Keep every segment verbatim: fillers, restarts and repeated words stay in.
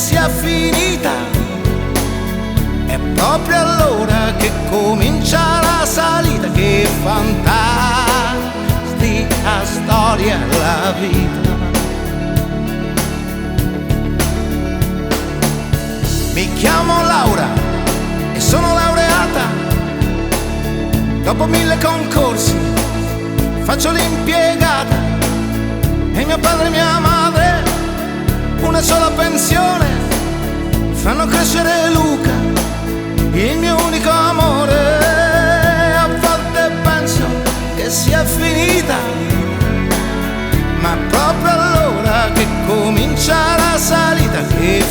sia finita, è proprio allora che comincia la salita. Che fantastica storia la vita. Mi chiamo Laura e sono laureata. Dopo mille concorsi faccio l'impiegata e mio padre e mia madre una sola pensione fanno crescere Luca, il mio unico amore. A volte penso che sia finita, ma proprio allora che comincia la salita. Che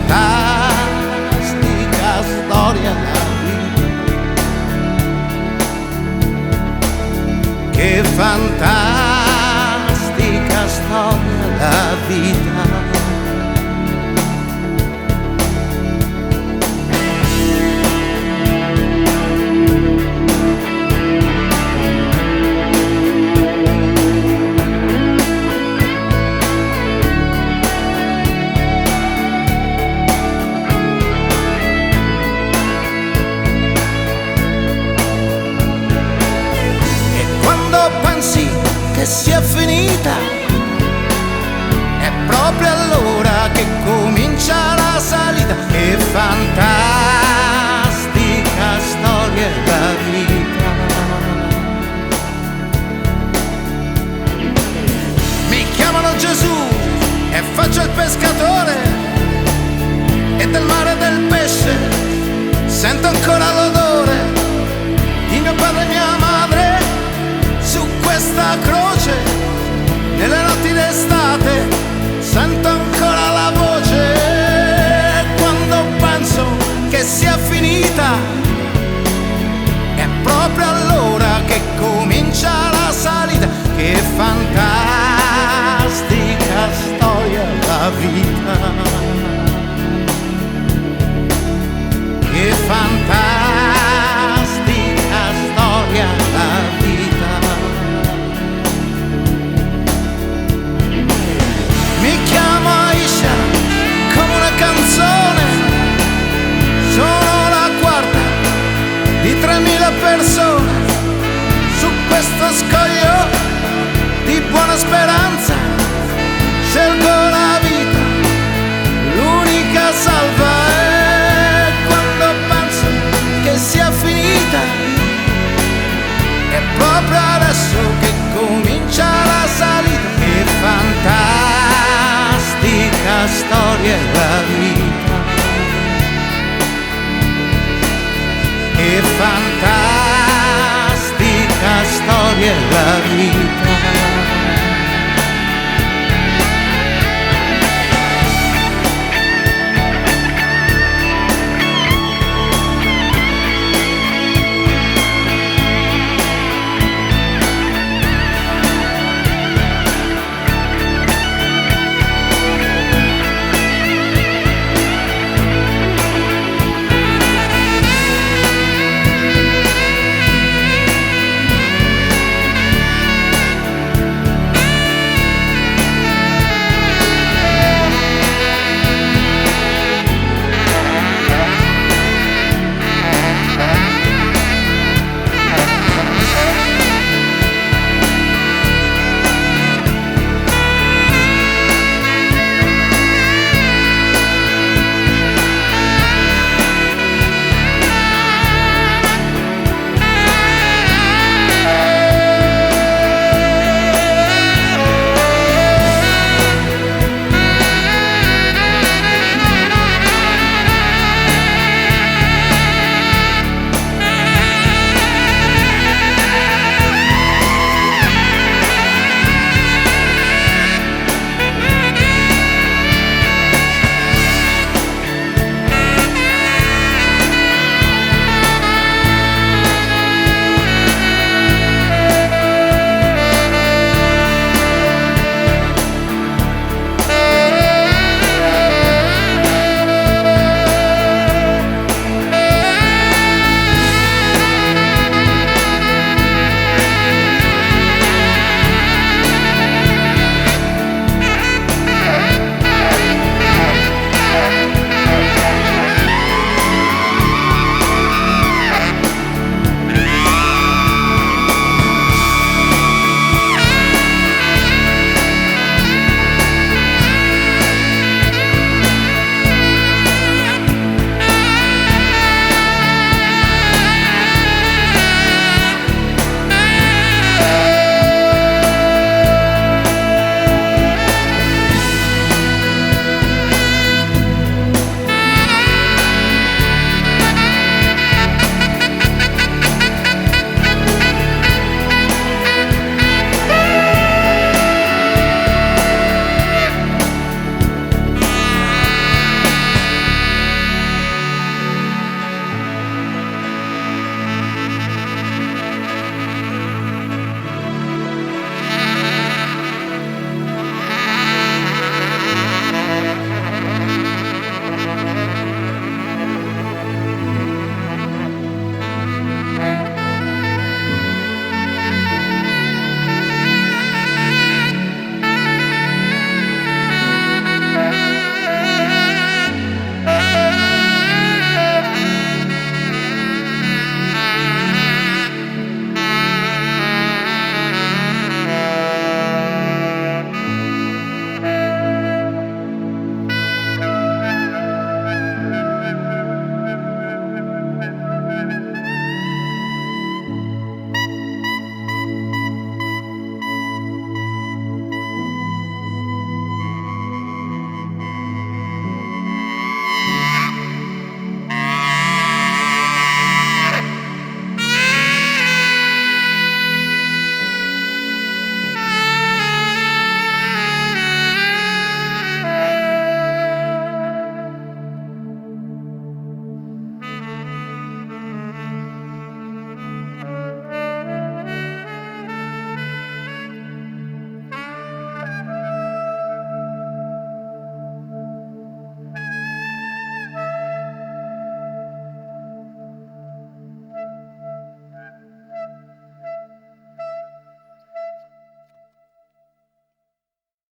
fantastica storia la vita. Che fantastica storia la vita. Che sia finita, è proprio allora che comincia la salita. Che fantastica storia la vita. Mi chiamano Gesù e faccio il pescatore, e del mare e del pesce sento ancora l'odore di mio padre e mia madre su questa croce. Nelle notti d'estate sento ancora la voce. Quando penso che sia finita, è proprio allora che comincia la salita. Che fantastica storia la vita. Che fantastica storia la vita. Mi chiamo Aisha come una canzone, sono la quarta di tremila persone su questo scoglio di buona speranza. Scelgo la vita, l'unica salva. E quando penso che sia finita, è proprio adesso che comincia la salita. Che fantastica storia è la vita. Che fantastica storia è la vita.